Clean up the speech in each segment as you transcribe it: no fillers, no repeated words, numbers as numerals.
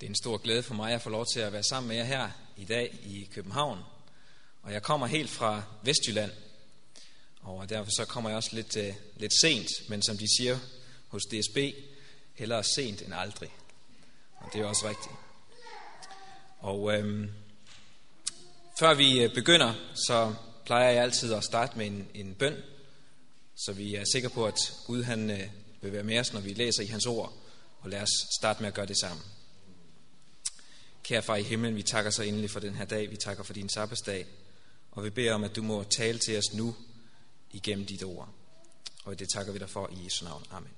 Det er en stor glæde for mig at få lov til at være sammen med jer her i dag i København. Og jeg kommer helt fra Vestjylland, og derfor så kommer jeg også lidt sent, men som de siger hos DSB, hellere sent end aldrig. Og det er også rigtigt. Og før vi begynder, så plejer jeg altid at starte med en bøn, så vi er sikre på, at Gud han vil være med os, når vi læser i hans ord. Og lad os starte med at gøre det sammen. Kære far i himlen, vi takker så endelig for den her dag. Vi takker for din sabbatsdag. Og vi beder om, at du må tale til os nu igennem dit ord. Og det takker vi dig for i Jesu navn. Amen.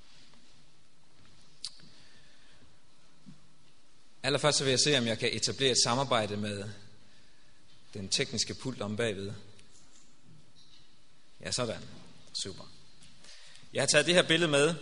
Allerførst så vil jeg se, om jeg kan etablere et samarbejde med den tekniske pult om bagved. Ja, sådan. Super. Jeg har taget det her billede med,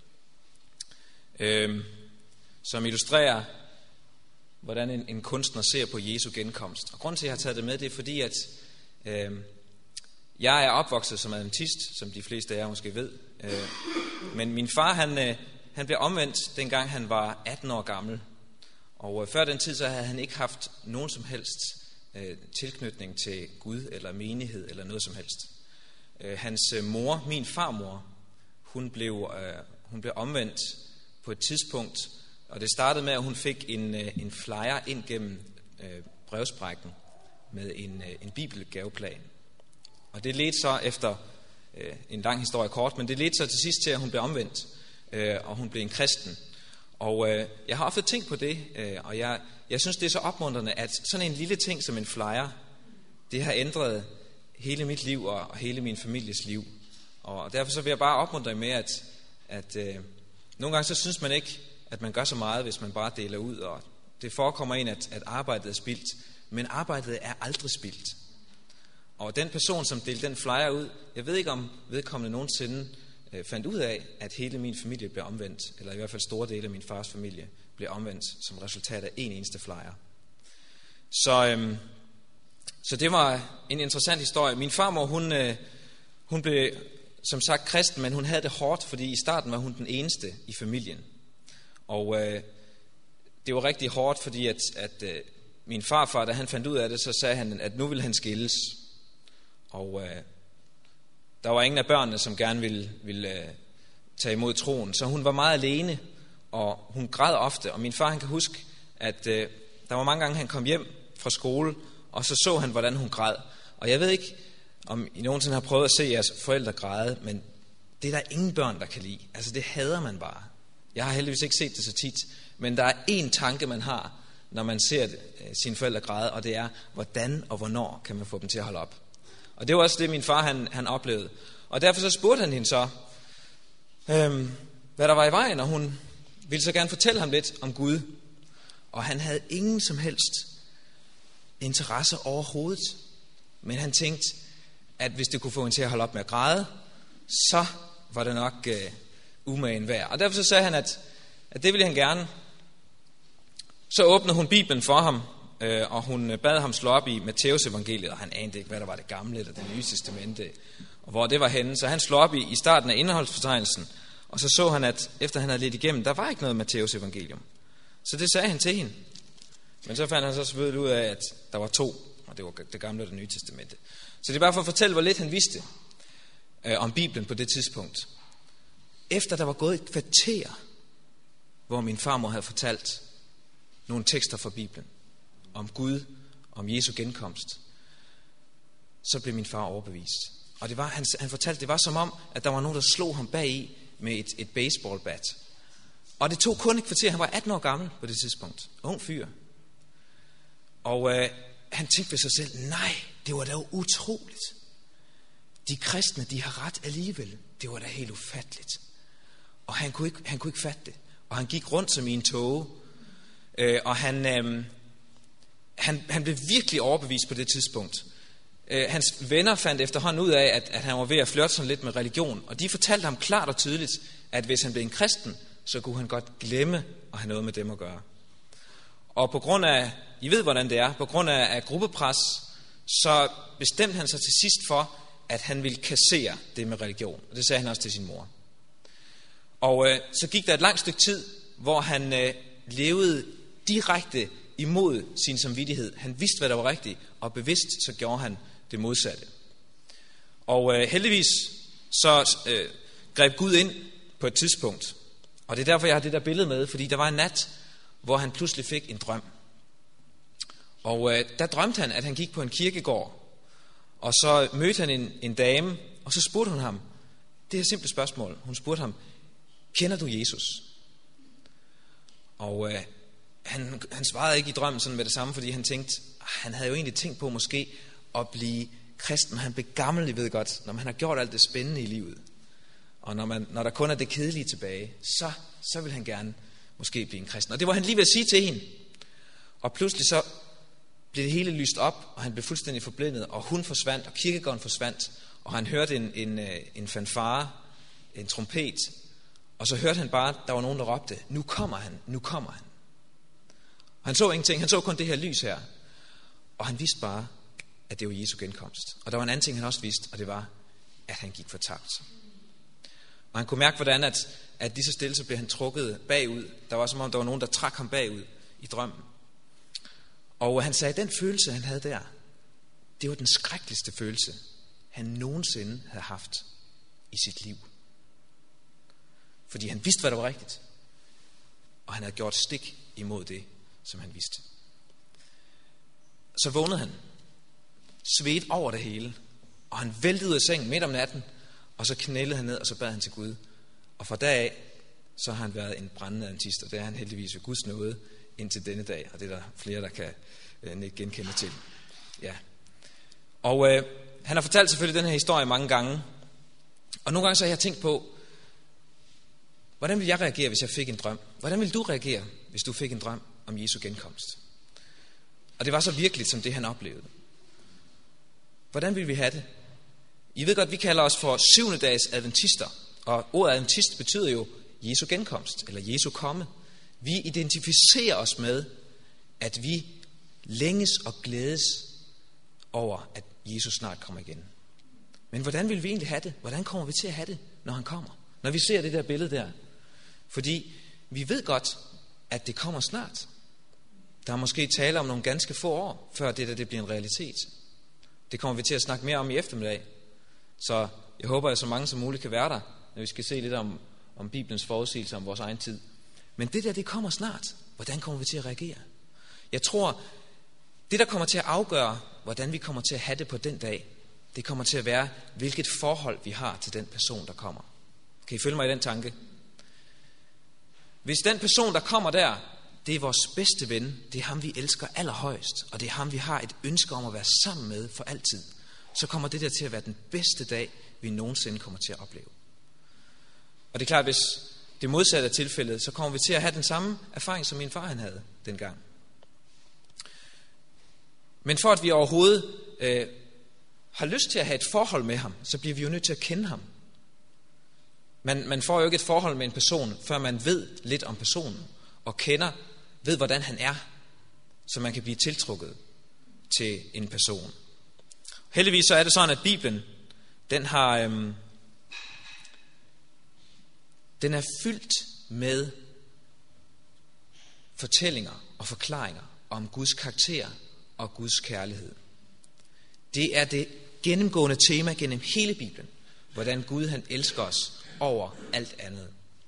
som illustrerer, hvordan en kunstner ser på Jesu genkomst. Og grunden til, at jeg har taget det med, det er fordi, at jeg er opvokset som adventist, som de fleste af jer måske ved. Men min far, han blev omvendt, dengang han var 18 år gammel. Og før den tid, så havde han ikke haft nogen som helst tilknytning til Gud eller menighed eller noget som helst. Hans mor, min farmor, hun blev omvendt på et tidspunkt, og det startede med, at hun fik en flyer ind gennem brevsprækken med en bibelgaveplan. Og det ledte så efter en lang historie kort, men det ledte så til sidst til, at hun blev omvendt, og hun blev en kristen. Og jeg har ofte tænkt på det, og jeg synes, det er så opmuntrende, at sådan en lille ting som en flyer, det har ændret hele mit liv og hele min families liv. Og derfor så vil jeg bare opmuntre med, at nogle gange så synes man ikke, at man gør så meget, hvis man bare deler ud. Og det forekommer en, at arbejdet er spildt, men arbejdet er aldrig spildt. Og den person, som delte den flyer ud, jeg ved ikke, om vedkommende nogensinde fandt ud af, at hele min familie blev omvendt, eller i hvert fald store dele af min fars familie blev omvendt som resultat af en eneste flyer. Så det var en interessant historie. Min farmor, hun blev som sagt kristen, men hun havde det hårdt, fordi i starten var hun den eneste i familien. Og det var rigtig hårdt, fordi at min farfar, da han fandt ud af det, så sagde han, at nu ville han skilles. Og der var ingen af børnene, som gerne ville tage imod troen, så hun var meget alene, og hun græd ofte. Og min far, han kan huske, at der var mange gange, han kom hjem fra skole, og så han, hvordan hun græd. Og jeg ved ikke, om I nogensinde har prøvet at se jeres forældre græde, men det er der ingen børn, der kan lide. Altså det hader man bare. Jeg har heldigvis ikke set det så tit, men der er én tanke, man har, når man ser sine forældre græde, og det er, hvordan og hvornår kan man få dem til at holde op. Og det var også det, min far han oplevede. Og derfor så spurgte han hende så, hvad der var i vejen, og hun ville så gerne fortælle ham lidt om Gud. Og han havde ingen som helst interesse overhovedet. Men han tænkte, at hvis det kunne få hende til at holde op med at græde, så var det nok umagen værd. Og derfor så sagde han, at det ville han gerne. Så åbnede hun Bibelen for ham, og hun bad ham slå op i Matteus evangeliet, og han anede ikke, hvad der var det gamle eller det nye testamente, og hvor det var henne. Så han slog op i starten af indholdsfortegnelsen, og så han, at efter han havde lidt igennem, der var ikke noget Matteus evangelium. Så det sagde han til hende. Men så fandt han så selvfølgelig ud af, at der var 2, og det var det gamle og det nye testamente. Så det er bare for at fortælle, hvor lidt han vidste om Bibelen på det tidspunkt. Efter der var gået et kvarter, hvor min farmor havde fortalt nogle tekster fra Bibelen, om Gud, om Jesu genkomst, så blev min far overbevist. Og det var, han fortalte, det var som om, at der var nogen, der slog ham bagi med et baseballbat. Og det tog kun et kvarter. Han var 18 år gammel på det tidspunkt. Ung fyr. Og han tænkte ved sig selv, nej, det var da utroligt. De kristne, de har ret alligevel. Det var da helt ufatteligt. Og han kunne ikke fatte det. Og han gik rundt som i en tåge. Og han blev virkelig overbevist på det tidspunkt. Hans venner fandt efterhånden ud af, at han var ved at flirte sådan lidt med religion. Og de fortalte ham klart og tydeligt, at hvis han blev en kristen, så kunne han godt glemme at have noget med dem at gøre. Og på grund af, I ved hvordan det er, på grund af gruppepres, så bestemte han sig til sidst for, at han ville kassere det med religion. Og det sagde han også til sin mor. Og så gik der et langt stykke tid, hvor han levede direkte imod sin samvittighed. Han vidste, hvad der var rigtigt, og bevidst så gjorde han det modsatte. Og heldigvis så greb Gud ind på et tidspunkt. Og det er derfor, jeg har det der billede med, fordi der var en nat, hvor han pludselig fik en drøm. Og der drømte han, at han gik på en kirkegård, og så mødte han en dame, og så spurgte hun ham, det her simple spørgsmål, hun spurgte ham, kender du Jesus? Og han svarede ikke i drømmen sådan med det samme, fordi han tænkte, han havde jo egentlig tænkt på måske at blive kristen. Han blev gammel, I ved godt, når man har gjort alt det spændende i livet. Og når der kun er det kedelige tilbage, så vil han gerne måske blive en kristen. Og det var han lige ved at sige til hende. Og pludselig så blev det hele lyst op, og han blev fuldstændig forblændet, og hun forsvandt, og kirkegården forsvandt, og han hørte en fanfare, en trompet, og så hørte han bare, der var nogen, der råbte, nu kommer han, nu kommer han. Og han så ingenting, han så kun det her lys her, og han vidste bare, at det var Jesu genkomst. Og der var en anden ting, han også vidste, og det var, at han gik fortabt. Og han kunne mærke, hvordan at lige så stille, så blev han trukket bagud. Der var som om, der var nogen, der trak ham bagud i drømmen. Og han sagde, at den følelse, han havde der, det var den skrækkeligste følelse, han nogensinde havde haft i sit liv. Fordi han vidste, hvad der var rigtigt. Og han havde gjort stik imod det, som han vidste. Så vågnede han, svedte over det hele, og han væltede ud af sengen midt om natten, og så knælede han ned, og så bad han til Gud. Og fra dag af, så har han været en brændende adventist, og det er han heldigvis ved Guds nåde indtil denne dag, og det er der flere, der kan genkende til. Ja. Og han har fortalt selvfølgelig den her historie mange gange, og nogle gange så har jeg tænkt på, hvordan ville jeg reagere, hvis jeg fik en drøm? Hvordan ville du reagere, hvis du fik en drøm om Jesu genkomst? Og det var så virkeligt, som det han oplevede. Hvordan ville vi have det? I ved godt, vi kalder os for 7. dags adventister, og ordet adventist betyder jo Jesu genkomst, eller Jesu komme. Vi identificerer os med, at vi længes og glædes over, at Jesus snart kommer igen. Men hvordan vil vi egentlig have det? Hvordan kommer vi til at have det, når han kommer? Når vi ser det der billede der. Fordi vi ved godt, at det kommer snart. Der er måske tale om nogle ganske få år, før det bliver en realitet. Det kommer vi til at snakke mere om i eftermiddag. Så jeg håber, at så mange som muligt kan være der, når vi skal se lidt om Bibelens forudsigelser om vores egen tid. Men det der, det kommer snart. Hvordan kommer vi til at reagere? Jeg tror, det der kommer til at afgøre, hvordan vi kommer til at have det på den dag, det kommer til at være, hvilket forhold vi har til den person, der kommer. Kan I følge mig i den tanke? Hvis den person, der kommer der, det er vores bedste ven, det er ham, vi elsker allerhøjst, og det er ham, vi har et ønske om at være sammen med for altid, så kommer det der til at være den bedste dag, vi nogensinde kommer til at opleve. Og det er klart, hvis det modsatte er tilfældet, så kommer vi til at have den samme erfaring, som min far han havde dengang. Men for at vi overhovedet har lyst til at have et forhold med ham, så bliver vi jo nødt til at kende ham. Man får jo ikke et forhold med en person, før man ved lidt om personen, og ved hvordan han er, så man kan blive tiltrukket til en person. Heldigvis så er det sådan, at Bibelen, den er fyldt med fortællinger og forklaringer om Guds karakter og Guds kærlighed. Det er det gennemgående tema gennem hele Bibelen, hvordan Gud han elsker os over alt andet.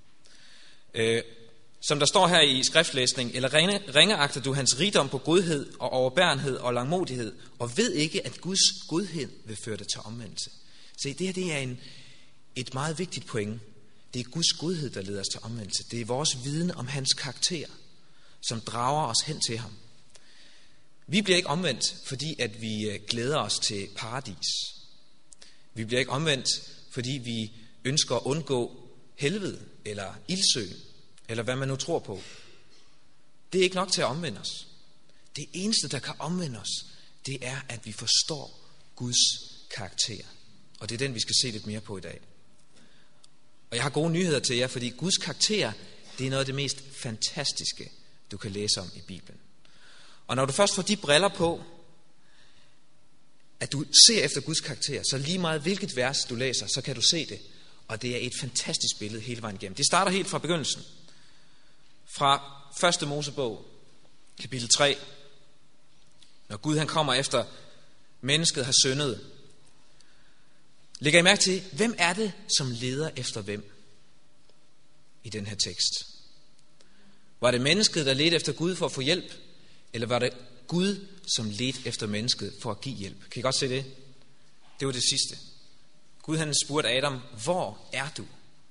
Som der står her i skriftlæsning, eller ringeagter du hans rigdom på godhed og overbærenhed og langmodighed, og ved ikke, at Guds godhed vil føre dig til omvendelse. Se, det her det er et meget vigtigt point. Det er Guds godhed, der leder os til omvendelse. Det er vores viden om hans karakter, som drager os hen til ham. Vi bliver ikke omvendt, fordi at vi glæder os til paradis. Vi bliver ikke omvendt, fordi vi ønsker at undgå helvede eller ildsøen, eller hvad man nu tror på. Det er ikke nok til at omvende os. Det eneste, der kan omvende os, det er, at vi forstår Guds karakter. Og det er den, vi skal se lidt mere på i dag. Og jeg har gode nyheder til jer, fordi Guds karakter, det er noget af det mest fantastiske, du kan læse om i Bibelen. Og når du først får de briller på, at du ser efter Guds karakter, så lige meget hvilket vers du læser, så kan du se det. Og det er et fantastisk billede hele vejen igennem. Det starter helt fra begyndelsen. Fra 1. Mosebog, kapitel 3. Når Gud han kommer efter mennesket har syndet. Lægger I mærke til, hvem er det, som leder efter hvem i den her tekst? Var det mennesket, der ledte efter Gud for at få hjælp? Eller var det Gud, som ledte efter mennesket for at give hjælp? Kan I godt se det? Det var det sidste. Gud han spurgte Adam, hvor er du?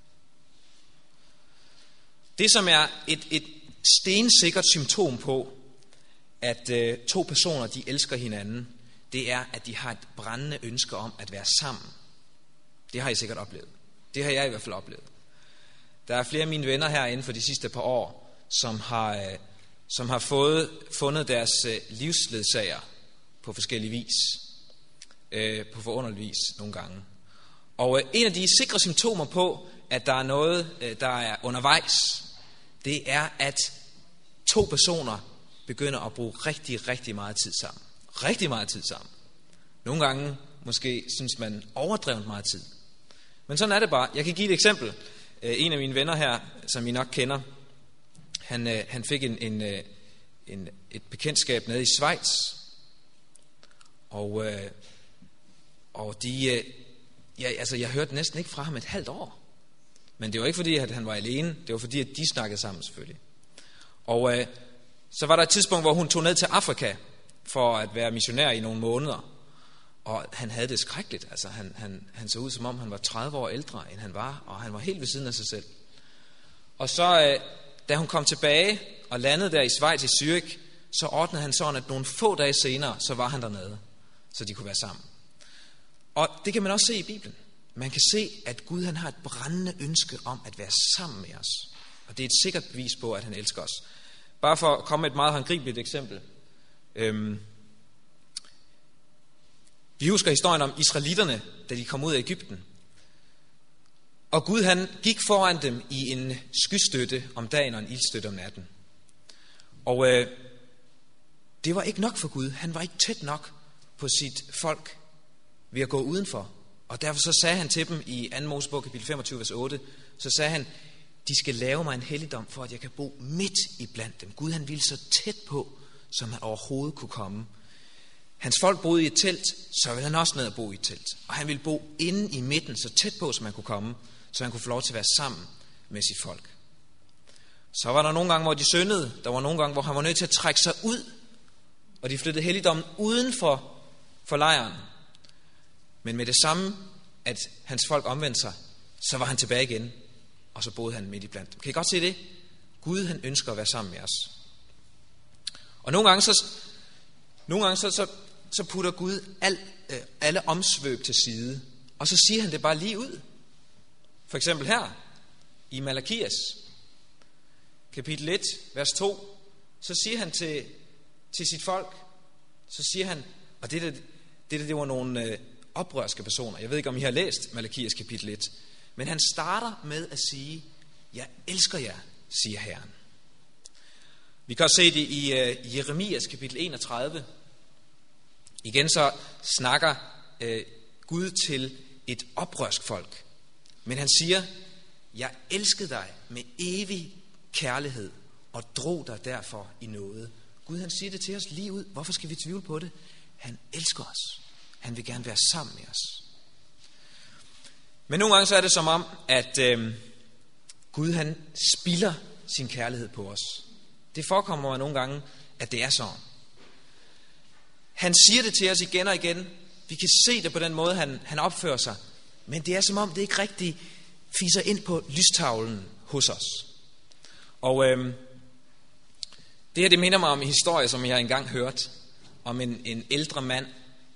Det som er et stensikkert symptom på, at to personer de elsker hinanden, det er, at de har et brændende ønske om at være sammen. Det har I sikkert oplevet. Det har jeg i hvert fald oplevet. Der er flere af mine venner her inden for de sidste par år, som har fundet deres livsledsager på forskellige vis. På forunderlig vis nogle gange. Og en af de sikre symptomer på, at der er noget, der er undervejs, det er, at to personer begynder at bruge rigtig, rigtig meget tid sammen. Rigtig meget tid sammen. Nogle gange måske synes man overdrevet meget tid. Men sådan er det bare. Jeg kan give et eksempel. En af mine venner her, som I nok kender, han fik et bekendtskab nede i Schweiz. Og jeg hørte næsten ikke fra ham et halvt år. Men det var ikke fordi, at han var alene. Det var fordi, at de snakkede sammen selvfølgelig. Og så var der et tidspunkt, hvor hun tog ned til Afrika for at være missionær i nogle måneder. Og han havde det skrækkeligt. Altså han så ud, som om han var 30 år ældre, end han var. Og han var helt ved siden af sig selv. Og så, da hun kom tilbage og landede der i Schweiz i Zürich, så ordnede han sådan, at nogle få dage senere, så var han dernede, så de kunne være sammen. Og det kan man også se i Bibelen. Man kan se, at Gud han har et brændende ønske om at være sammen med os. Og det er et sikkert bevis på, at han elsker os. Bare for at komme med et meget håndgribeligt eksempel. Vi husker historien om israelitterne, da de kom ud af Egypten. Og Gud han gik foran dem i en skystøtte om dagen og en ildstøtte om natten. Og det var ikke nok for Gud. Han var ikke tæt nok på sit folk ved at gå udenfor. Og derfor så sagde han til dem i 2. Mosebog kapitel 25, vers 8, så sagde han, de skal lave mig en helligdom, for at jeg kan bo midt i blandt dem. Gud han ville så tæt på, som han overhovedet kunne komme. Hans folk boede i et telt, så ville han også ned og bo i et telt. Og han ville bo inde i midten, så tæt på, som han kunne komme, så han kunne få lov til at være sammen med sit folk. Så var der nogle gange, hvor de syndede. Der var nogle gange, hvor han var nødt til at trække sig ud. Og de flyttede helligdommen uden for lejren. Men med det samme, at hans folk omvendte sig, så var han tilbage igen. Og så boede han midt i blandt dem. Kan I godt se det? Gud han ønsker at være sammen med os. Og nogle gange så putter Gud alle omsvøb til side. Og så siger han det bare lige ud. For eksempel her i Malakias kapitel 1, vers 2, så siger han til sit folk, så siger han, og det var nogle oprørske personer. Jeg ved ikke, om I har læst Malakias kapitel 1, men han starter med at sige, jeg elsker jer, siger Herren. Vi kan også se det i Jeremias kapitel 31. Igen så snakker Gud til et oprørsk folk. Men han siger, jeg elskede dig med evig kærlighed og drog dig derfor i nåde. Gud han siger det til os lige ud. Hvorfor skal vi tvivle på det? Han elsker os. Han vil gerne være sammen med os. Men nogle gange så er det som om, at Gud han spilder sin kærlighed på os. Det forekommer mig nogle gange, at det er sådan. Han siger det til os igen og igen. Vi kan se det på den måde, han opfører sig. Men det er som om, det ikke rigtig fiser ind på lystavlen hos os. Og det her, det minder mig om en historie, som jeg engang hørte. Om en ældre mand.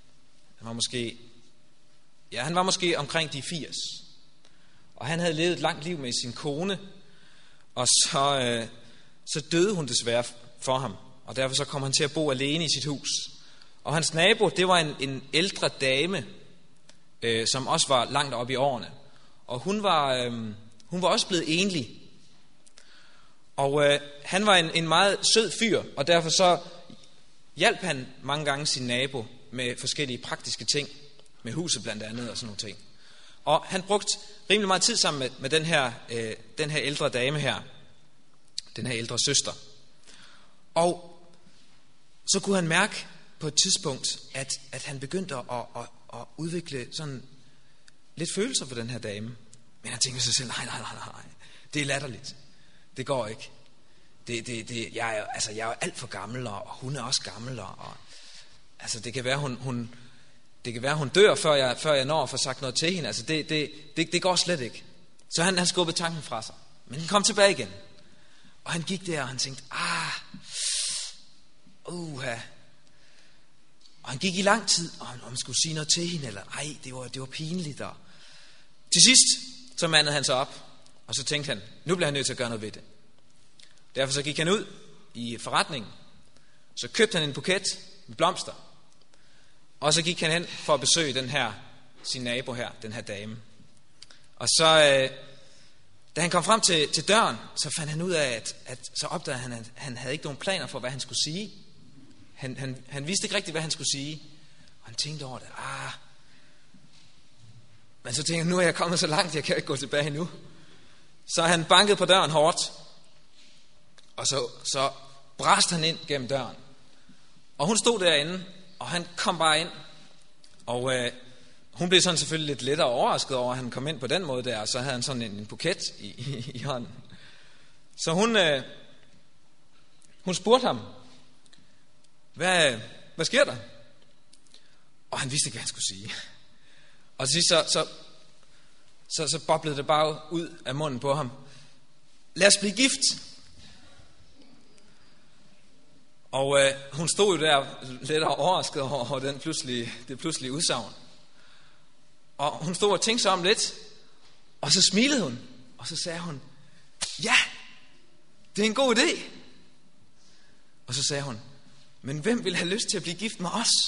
Han var måske omkring de 80. Og han havde levet et langt liv med sin kone. Og så døde hun desværre for ham. Og derfor så kom han til at bo alene i sit hus. Og hans nabo, det var en ældre dame, som også var langt oppe i årene. Og hun var også blevet enlig. Og han var en meget sød fyr, og derfor så hjalp han mange gange sin nabo med forskellige praktiske ting, med huset blandt andet og sådan nogle ting. Og han brugte rimelig meget tid sammen med den her ældre dame her, den her ældre søster. Og så kunne han mærke på et tidspunkt, at han begyndte at udvikle sådan lidt følelser for den her dame. Men han tænkte sig selv, nej, det er latterligt. Det går ikke. Jeg er jo alt for gammel, og hun er også gammel, og altså det kan være hun dør, før jeg når at få sagt noget til hende. Altså det går slet ikke. Så han skubbede tanken fra sig. Men han kom tilbage igen. Og han gik der, og han tænkte, og han gik i lang tid, og om han skulle sige noget til hende, eller det var pinligt. Og til sidst, så mandede han sig op, og så tænkte han, nu bliver han nødt til at gøre noget ved det. Derfor så gik han ud i forretningen, så købte han en buket med blomster, og så gik han hen for at besøge sin nabo her, den her dame. Og så, da han kom frem til døren, så fandt han ud af, at så opdagede han, at han havde ikke nogen planer for, hvad han skulle sige. Han vidste ikke rigtigt, hvad han skulle sige, og han tænkte over det. Men så tænkte han, nu er jeg kommet så langt, jeg kan ikke gå tilbage nu. Så han bankede på døren hårdt, og så brast han ind gennem døren. Og hun stod derinde, og han kom bare ind, og hun blev sådan selvfølgelig lidt lettere overrasket over, at han kom ind på den måde der, og så havde han sådan en buket i hånden. Så hun spurgte ham, hvad sker der? Og han vidste ikke, hvad han skulle sige. Og til sidst så boblede det bare ud af munden på ham. Lad os blive gift. Og hun stod jo der lidt overrasket over det pludselige udsagn. Og hun stod og tænkte sig om lidt, og så smilede hun, og så sagde hun, ja, det er en god idé. Og så sagde hun, men hvem vil have lyst til at blive gift med os?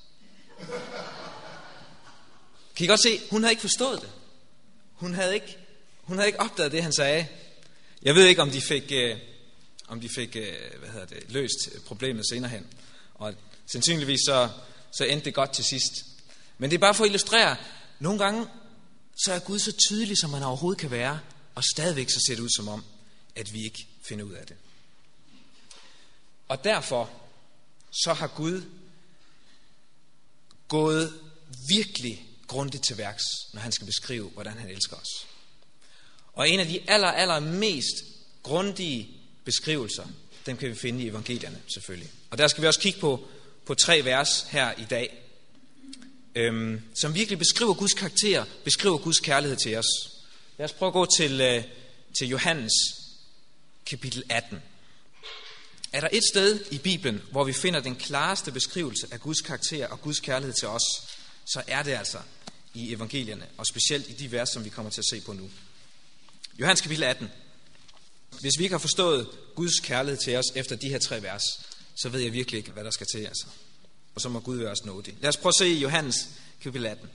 Kan I godt se, hun havde ikke forstået det. Hun havde ikke opdaget det, han sagde. Jeg ved ikke, om de fik løst problemet senere hen. Og sandsynligvis så endte det godt til sidst. Men det er bare for at illustrere, nogle gange så er Gud så tydelig, som man overhovedet kan være, og stadigvæk så ser det ud som om, at vi ikke finder ud af det. Og derfor så har Gud gået virkelig grundigt til værks, når han skal beskrive, hvordan han elsker os. Og en af de aller mest grundige beskrivelser, dem kan vi finde i evangelierne selvfølgelig. Og der skal vi også kigge på 3 vers her i dag, som virkelig beskriver Guds karakter, beskriver Guds kærlighed til os. Lad os prøve at gå til Johannes kapitel 18. Er der et sted i Bibelen, hvor vi finder den klareste beskrivelse af Guds karakter og Guds kærlighed til os, så er det altså i evangelierne, og specielt i de vers, som vi kommer til at se på nu. Johannes kapitel 18. Hvis vi ikke har forstået Guds kærlighed til os efter de her 3 vers, så ved jeg virkelig ikke, hvad der skal til. Altså. Og så må Gud være os nådig. Lad os prøve at se i Johannes kapitel 18.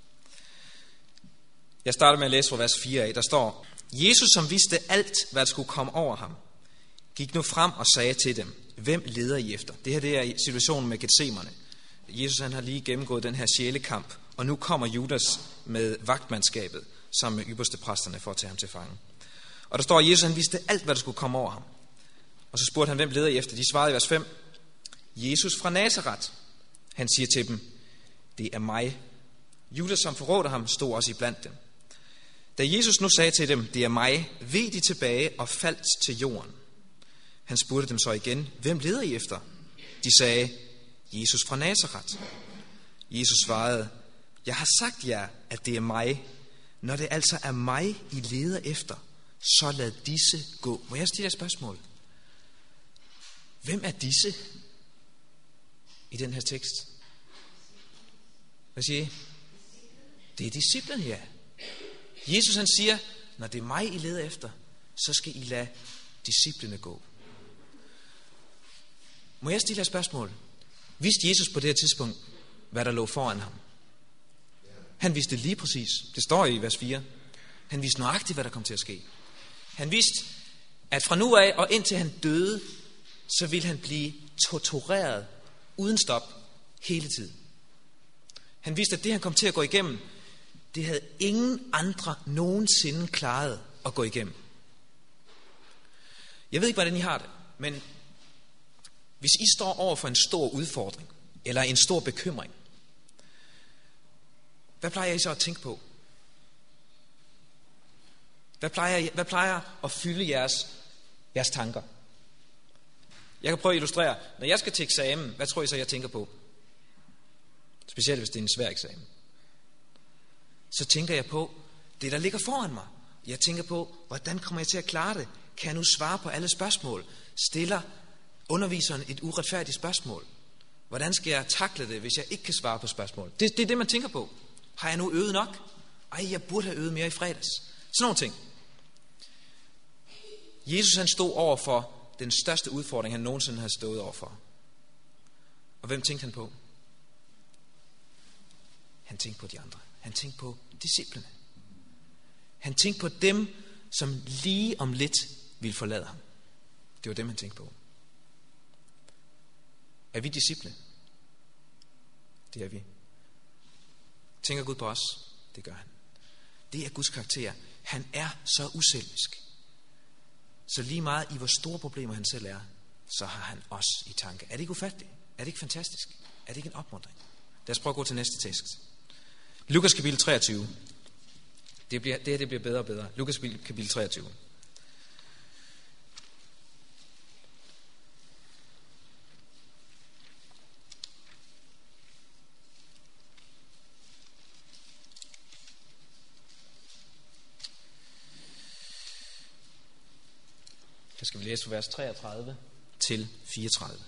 Jeg starter med at læse fra vers 4 af. Der står, Jesus, som vidste alt, hvad der skulle komme over ham, gik nu frem og sagde til dem, hvem leder I efter? Det her det er situationen med Getsemane. Jesus han har lige gennemgået den her sjælekamp, og nu kommer Judas med vagtmandskabet sammen med ypperstepræsterne for at tage ham til fange. Og der står, at Jesus han vidste alt, hvad der skulle komme over ham. Og så spurgte han, hvem leder I efter? De svarede i vers 5, Jesus fra Nazaret. Han siger til dem, det er mig. Judas, som forrådte ham, stod også iblandt dem. Da Jesus nu sagde til dem, det er mig, veg de tilbage og faldt til jorden. Han spurgte dem så igen, hvem leder I efter? De sagde, Jesus fra Nazaret. Jesus svarede, jeg har sagt jer, at det er mig. Når det altså er mig, I leder efter, så lad disse gå. Må jeg stille et spørgsmål? Hvem er disse i den her tekst? Hvad siger I? Det er disciplene, ja. Jesus han siger, når det er mig, I leder efter, så skal I lade disciplene gå. Må jeg stille et spørgsmål? Vidste Jesus på det her tidspunkt, hvad der lå foran ham? Han vidste lige præcis. Det står i vers 4. Han vidste nøjagtigt, hvad der kom til at ske. Han vidste, at fra nu af og indtil han døde, så ville han blive tortureret uden stop hele tiden. Han vidste, at det han kom til at gå igennem, det havde ingen andre nogensinde klaret at gå igennem. Jeg ved ikke, hvordan I har det, men Hvis I står over for en stor udfordring, eller en stor bekymring, hvad plejer I så at tænke på? Hvad plejer at fylde jeres tanker? Jeg kan prøve at illustrere. Når jeg skal til eksamen, hvad tror I så, jeg tænker på? Specielt hvis det er en svær eksamen. Så tænker jeg på det, der ligger foran mig. Jeg tænker på, hvordan kommer jeg til at klare det? Kan jeg nu svare på alle spørgsmål? Stiller underviseren et uretfærdigt spørgsmål? Hvordan skal jeg takle det, hvis jeg ikke kan svare på spørgsmål? Det er det, man tænker på. Har jeg nu øvet nok? Jeg burde have øvet mere i fredags. Sådan nogle ting. Jesus han stod over for den største udfordring, han nogensinde har stået overfor. Og hvem tænkte han på? Han tænkte på de andre. Han tænkte på disciplene. Han tænkte på dem, som lige om lidt ville forlade ham. Det var dem, han tænkte på. Er vi disciple? Det er vi. Tænker Gud på os? Det gør han. Det er Guds karakter. Han er så uselvisk. Så lige meget i hvor store problemer han selv er, så har han os i tanke. Er det ikke ufatteligt? Er det ikke fantastisk? Er det ikke en opmuntring? Lad os prøve at gå til næste tekst. Lukas kapitel 23. Det bliver bedre og bedre. Lukas kapitel 23. Der skal vi læse fra vers 33 til 34.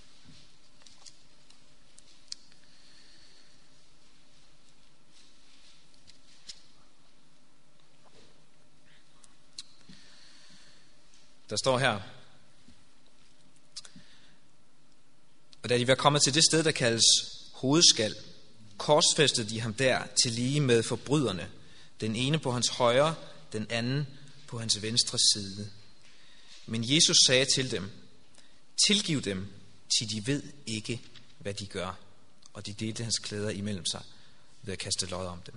Der står her: Og da de var kommet til det sted, der kaldes Hovedskal, korsfæstede de ham der til lige med forbryderne, den ene på hans højre, den anden på hans venstre side. Men Jesus sagde til dem: Tilgiv dem, til de ved ikke, hvad de gør. Og de delte hans klæder imellem sig ved at kaste lod om dem.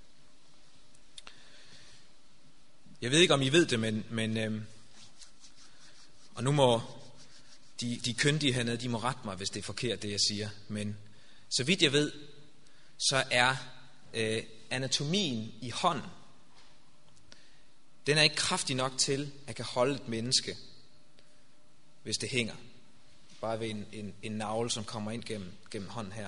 Jeg ved ikke, om I ved det, men og nu må de kyndige hernede, de må rette mig, hvis det er forkert, det jeg siger. Men så vidt jeg ved, så er anatomien i hånden, den er ikke kraftig nok til at kan holde et menneske, hvis det hænger. Bare ved en navle, som kommer ind gennem hånden her.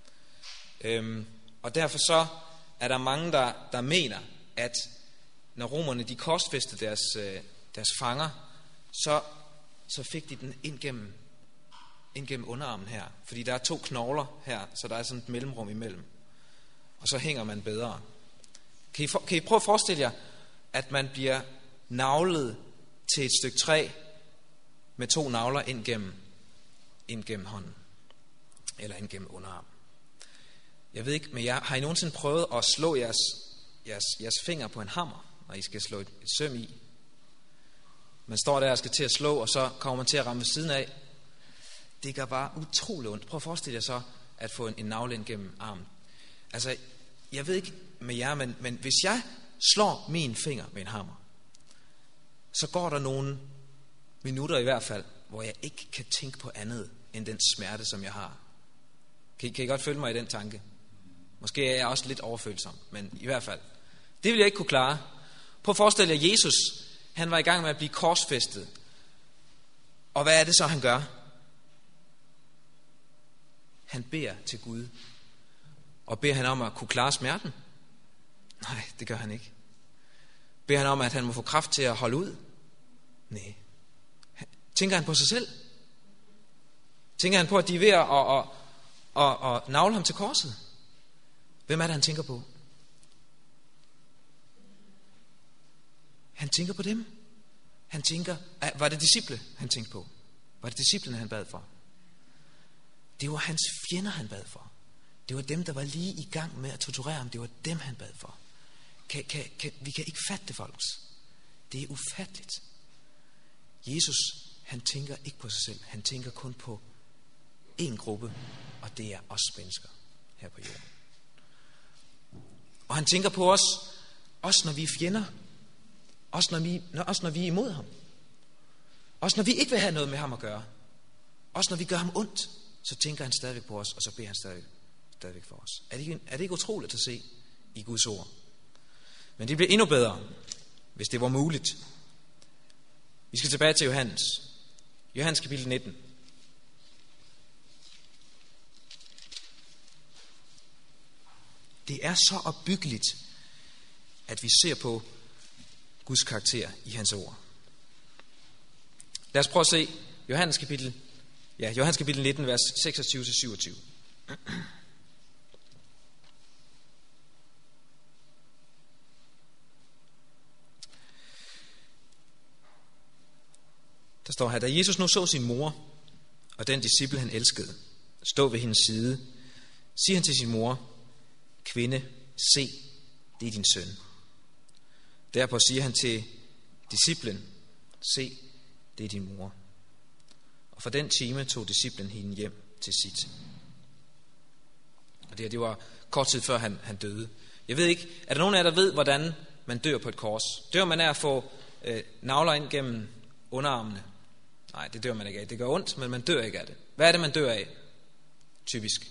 Og derfor så er der mange, der mener, at når romerne de korsfæstede deres fanger, så fik de den ind gennem underarmen her. Fordi der er 2 knogler her, så der er sådan et mellemrum imellem. Og så hænger man bedre. Kan I prøve at forestille jer, at man bliver naglet til et stykke træ med 2 nagler ind gennem hånden. Eller ind gennem underarmen. Jeg ved ikke, men har I nogensinde prøvet at slå jeres finger på en hammer, når I skal slå et søm i? Man står der og skal til at slå, og så kommer man til at ramme ved siden af. Det gør bare utroligt ondt. Prøv at forestille jer så at få en nagle ind gennem armen. Altså, jeg ved ikke med jer, men hvis jeg slår min finger med en hammer, så går der nogle minutter i hvert fald, hvor jeg ikke kan tænke på andet end den smerte, som jeg har. Kan I godt følge mig i den tanke? Måske er jeg også lidt overfølsom, men i hvert fald. Det vil jeg ikke kunne klare. Prøv at forestille jer, Jesus, han var i gang med at blive korsfæstet. Og hvad er det så, han gør? Han beder til Gud. Og beder han om at kunne klare smerten? Nej, det gør han ikke. Beder han om, at han må få kraft til at holde ud? Nej. Tænker han på sig selv? Tænker han på, at de er ved at nagle ham til korset? Hvem er det, han tænker på? Han tænker på dem. Han tænker, var det disciple, han tænkte på? Var det disciplene, han bad for? Det var hans fjender, han bad for. Det var dem, der var lige i gang med at torturere ham. Det var dem, han bad for. Vi kan ikke fatte det, folks. Det er ufatteligt. Jesus, han tænker ikke på sig selv. Han tænker kun på én gruppe, og det er os mennesker her på jorden. Og han tænker på os, også når vi er fjender. Også når vi er imod ham. Også når vi ikke vil have noget med ham at gøre. Også når vi gør ham ondt, så tænker han stadigvæk på os, og så beder han stadigvæk for os. Er det ikke utroligt at se i Guds ord? Men det bliver endnu bedre, hvis det var muligt. Vi skal tilbage til Johannes. Johannes kapitel 19. Det er så opbyggeligt, at vi ser på Guds karakter i hans ord. Lad os prøve at se Johannes kapitel 19, vers 26-27. Der står her, da Jesus nu så sin mor og den disciple, han elskede, stå ved hendes side, siger han til sin mor, kvinde, se, det er din søn. Derpå siger han til disciplen, se, det er din mor. Og fra den time tog disciplen hende hjem til sit. Og det var kort tid før han døde. Jeg ved ikke, er der nogen af jer, der ved, hvordan man dør på et kors? Dør man af at få nagler ind gennem underarmene? Nej, det dør man ikke af. Det gør ondt, men man dør ikke af det. Hvad er det, man dør af? Typisk.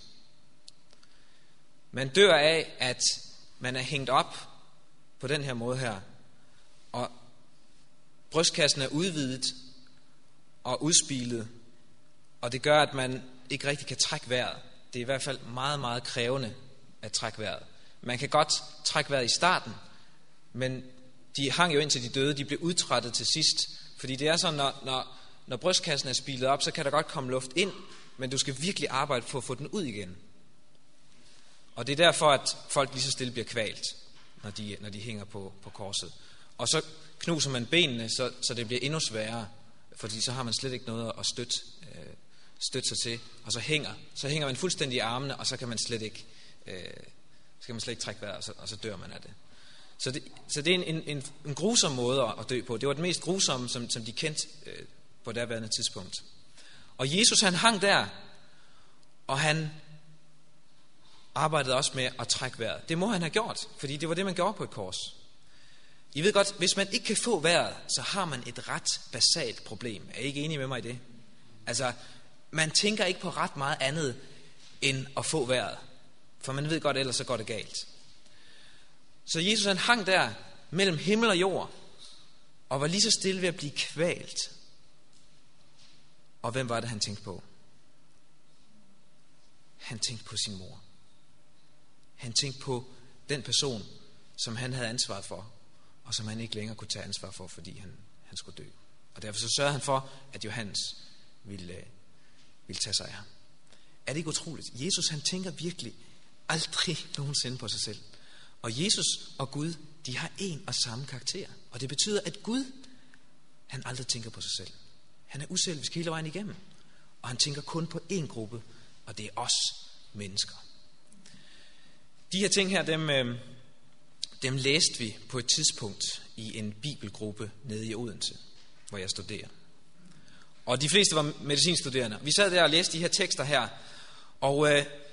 Man dør af, at man er hængt op på den her måde her, og brystkassen er udvidet og udspilet, og det gør, at man ikke rigtig kan trække vejret. Det er i hvert fald meget, meget krævende at trække vejret. Man kan godt trække vejret i starten, men de hang jo indtil de døde, de blev udtrættet til sidst. Fordi det er sådan, når brystkassen er spilet op, så kan der godt komme luft ind, men du skal virkelig arbejde for at få den ud igen. Og det er derfor, at folk lige så stille bliver kvalt, når de hænger på korset. Og så knuser man benene, så det bliver endnu sværere, fordi så har man slet ikke noget at støtte sig til. Og så hænger man fuldstændig i armene, og så kan man slet ikke trække vejret, og så dør man af det. Så det er en grusom måde at dø på. Det var det mest grusomme, som de kendte på derværende tidspunkt. Og Jesus, han hang der, og han arbejdede også med at trække vejret. Det må han have gjort, fordi det var det, man gjorde på et kors. I ved godt, hvis man ikke kan få vejret, så har man et ret basalt problem. Er I ikke enige med mig i det? Altså, man tænker ikke på ret meget andet, end at få vejret. For man ved godt, ellers så går det galt. Så Jesus, han hang der mellem himmel og jord, og var lige så stille ved at blive kvalt. Og hvem var det, han tænkte på? Han tænkte på sin mor. Han tænkte på den person, som han havde ansvaret for, og som han ikke længere kunne tage ansvar for, fordi han skulle dø. Og derfor så sørgede han for, at Johannes ville tage sig af ham. Er det ikke utroligt? Jesus, han tænker virkelig aldrig nogensinde på sig selv. Og Jesus og Gud, de har en og samme karakter. Og det betyder, at Gud, han aldrig tænker på sig selv. Han er uselvisk hele vejen igennem. Og han tænker kun på én gruppe, og det er os mennesker. De her ting her, dem læste vi på et tidspunkt i en bibelgruppe nede i Odense, hvor jeg studerer. Og de fleste var medicinstuderende. Vi sad der og læste de her tekster her, og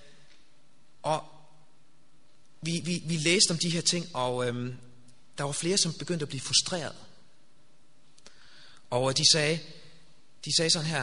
vi læste om de her ting, og der var flere, som begyndte at blive frustreret. Og de sagde sådan her,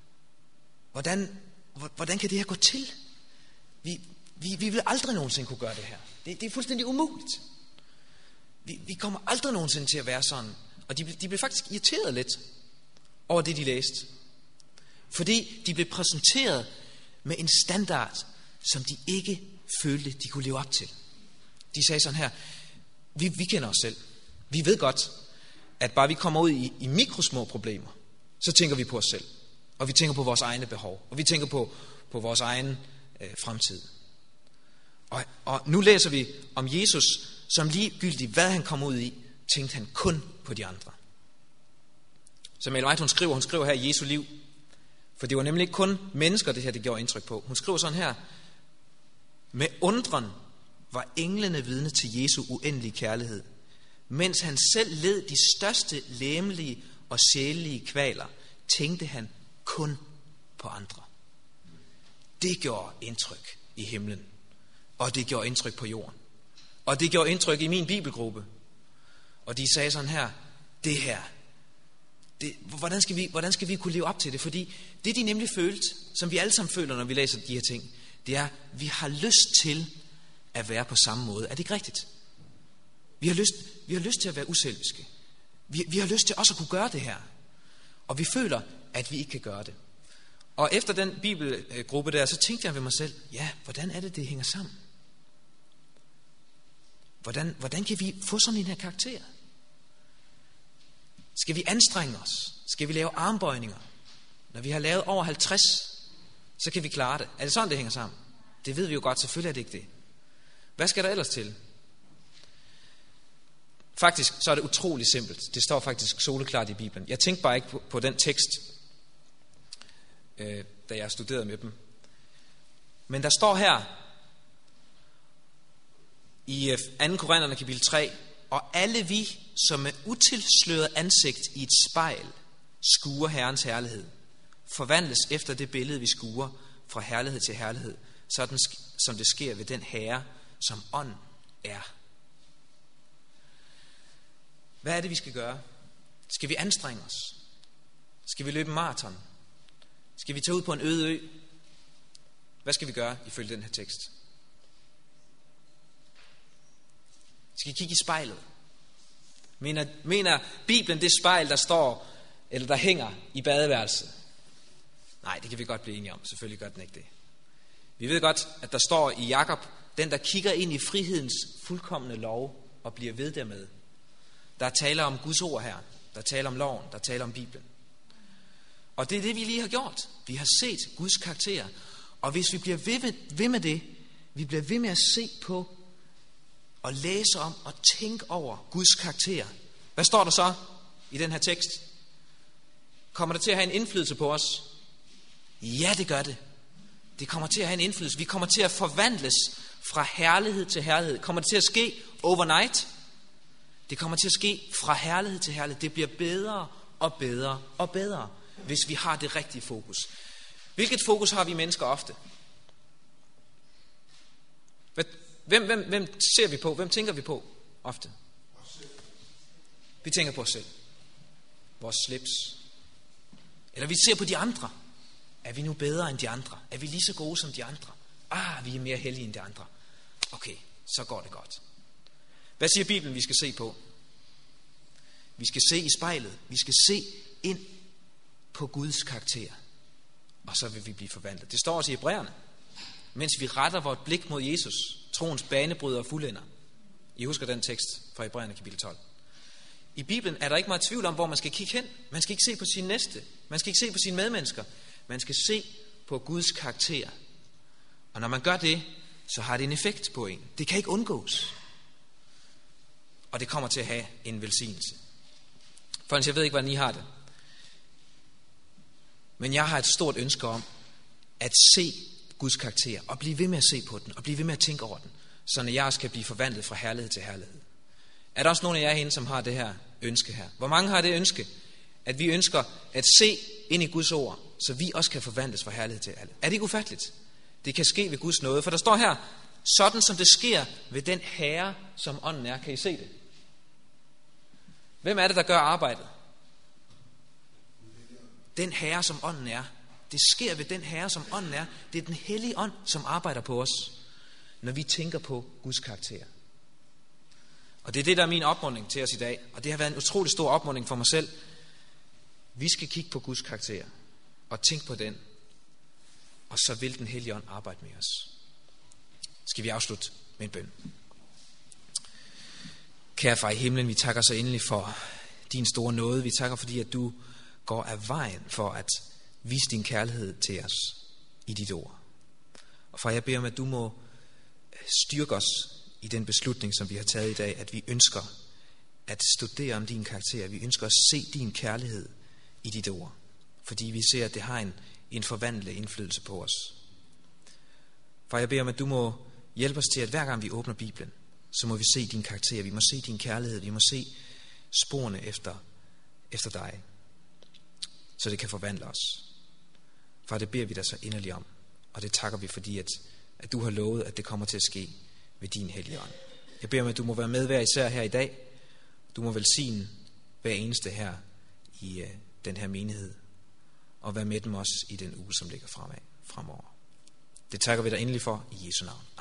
hvordan kan det her gå til? Vi vil aldrig nogensinde kunne gøre det her. Det er fuldstændig umuligt. Vi kommer aldrig nogensinde til at være sådan. Og de blev faktisk irriteret lidt over det, de læste. Fordi de blev præsenteret med en standard, som de ikke følte, de kunne leve op til. De sagde sådan her, vi kender os selv. Vi ved godt, at bare vi kommer ud i mikrosmå problemer, så tænker vi på os selv. Og vi tænker på vores egne behov. Og vi tænker på vores egen fremtid. Og nu læser vi om Jesus, som ligegyldigt hvad han kom ud i, tænkte han kun på de andre. Som Ellen White, hun skriver her i Jesu liv. For det var nemlig ikke kun mennesker, det gjorde indtryk på. Hun skriver sådan her, med undren var englene vidne til Jesu uendelige kærlighed, mens han selv led de største legemlige og sjælelige kvaler, tænkte han kun på andre. Det gjorde indtryk i himlen, og det gjorde indtryk på jorden. Og det gjorde indtryk i min bibelgruppe. Og de sagde sådan her, det her, Hvordan skal vi kunne leve op til det? Fordi det, de nemlig følte, som vi alle sammen føler, når vi læser de her ting, det er, vi har lyst til at være på samme måde. Er det ikke rigtigt? Vi har lyst til at være uselviske. Vi har lyst til også at kunne gøre det her. Og vi føler, at vi ikke kan gøre det. Og efter den bibelgruppe der, så tænkte jeg ved mig selv, ja, hvordan er det hænger sammen? Hvordan kan vi få sådan en her karakter? Skal vi anstrenge os? Skal vi lave armbøjninger? Når vi har lavet over 50, så kan vi klare det. Er det sådan, det hænger sammen? Det ved vi jo godt, selvfølgelig er det ikke det. Hvad skal der ellers til? Faktisk så er det utrolig simpelt. Det står faktisk soleklart i Bibelen. Jeg tænkte bare ikke på den tekst, da jeg studerede med dem. Men der står her i 2. Korinterne kapitel 3, og alle vi, som med utilsløret ansigt i et spejl skuer Herrens herlighed, forvandles efter det billede, vi skuer fra herlighed til herlighed, sådan som det sker ved den Herre, som ånd er. Hvad er det, vi skal gøre? Skal vi anstrenge os? Skal vi løbe maraton? Skal vi tage ud på en øde ø? Hvad skal vi gøre ifølge den her tekst? Skal vi kigge i spejlet? Mener Bibelen det spejl, der står, eller der hænger i badeværelset? Nej, det kan vi godt blive enige om. Selvfølgelig gør den ikke det. Vi ved godt, at der står i Jakob, den der kigger ind i frihedens fuldkomne lov og bliver ved dermed. Der taler om Guds ord her. Der taler om loven. Der taler om Bibelen. Og det er det, vi lige har gjort. Vi har set Guds karakter. Og hvis vi bliver ved med det, vi bliver ved med at se på og læse om og tænke over Guds karakter. Hvad står der så i den her tekst? Kommer det til at have en indflydelse på os? Ja, det gør det. Det kommer til at have en indflydelse. Vi kommer til at forvandles fra herlighed til herlighed. Kommer det til at ske overnight? Det kommer til at ske fra herlighed til herlighed. Det bliver bedre og bedre og bedre, hvis vi har det rigtige fokus. Hvilket fokus har vi mennesker ofte? Hvem ser vi på? Hvem tænker vi på ofte? Vi tænker på os selv. Vores slips. Eller vi ser på de andre. Er vi nu bedre end de andre? Er vi lige så gode som de andre? Vi er mere hellige end de andre. Okay, så går det godt. Hvad siger Bibelen, vi skal se på? Vi skal se i spejlet. Vi skal se ind på Guds karakter. Og så vil vi blive forvandlet. Det står også i Hebræerne. Mens vi retter vort blik mod Jesus, troens banebryder og fuldender. I husker den tekst fra Hebræerne kapitel 12. I Bibelen er der ikke meget tvivl om, hvor man skal kigge hen. Man skal ikke se på sin næste. Man skal ikke se på sine medmennesker. Man skal se på Guds karakter. Og når man gør det, så har det en effekt på en. Det kan ikke undgås. Og det kommer til at have en velsignelse. For jeg ved ikke, hvordan I har det. Men jeg har et stort ønske om at se Guds karakter, og blive ved med at se på den, og blive ved med at tænke over den, så jeg også kan blive forvandlet fra herlighed til herlighed. Er der også nogen af jer herinde, som har det her ønske her? Hvor mange har det ønske, at vi ønsker at se ind i Guds ord, så vi også kan forvandles fra herlighed til herlighed? Er det ikke ufatteligt? Det kan ske ved Guds nåde, for der står her, sådan som det sker ved den Herre, som ånden er. Kan I se det? Hvem er det, der gør arbejdet? Den Herre, som ånden er. Det sker ved den Herre, som ånden er. Det er den hellige ånd, som arbejder på os, når vi tænker på Guds karakter. Og det er det, der er min opmuntring til os i dag. Og det har været en utrolig stor opmuntring for mig selv. Vi skal kigge på Guds karakter og tænke på den. Og så vil den hellige ånd arbejde med os. Skal vi afslutte med en bøn. Kære far i himlen, vi takker så endelig for din store nåde. Vi takker fordi, at du går af vejen for at vise din kærlighed til os i dit ord. Og far, jeg beder om, at du må styrke os i den beslutning, som vi har taget i dag, at vi ønsker at studere om din karakter. Vi ønsker at se din kærlighed i dit ord. Fordi vi ser, at det har en forvandlende indflydelse på os. Far, jeg beder om, at du må hjælpe os til, at hver gang vi åbner Bibelen, så må vi se din karakter. Vi må se din kærlighed. Vi må se sporene efter dig. Så det kan forvandle os. Far, det beder vi dig så inderligt om. Og det takker vi, fordi at du har lovet, at det kommer til at ske ved din hellige ånd. Jeg beder om, at du må være med hver især her i dag. Du må velsigne hver eneste her den her menighed, og vær med dem også i den uge, som ligger fremover. Det takker vi dig endelig for i Jesu navn.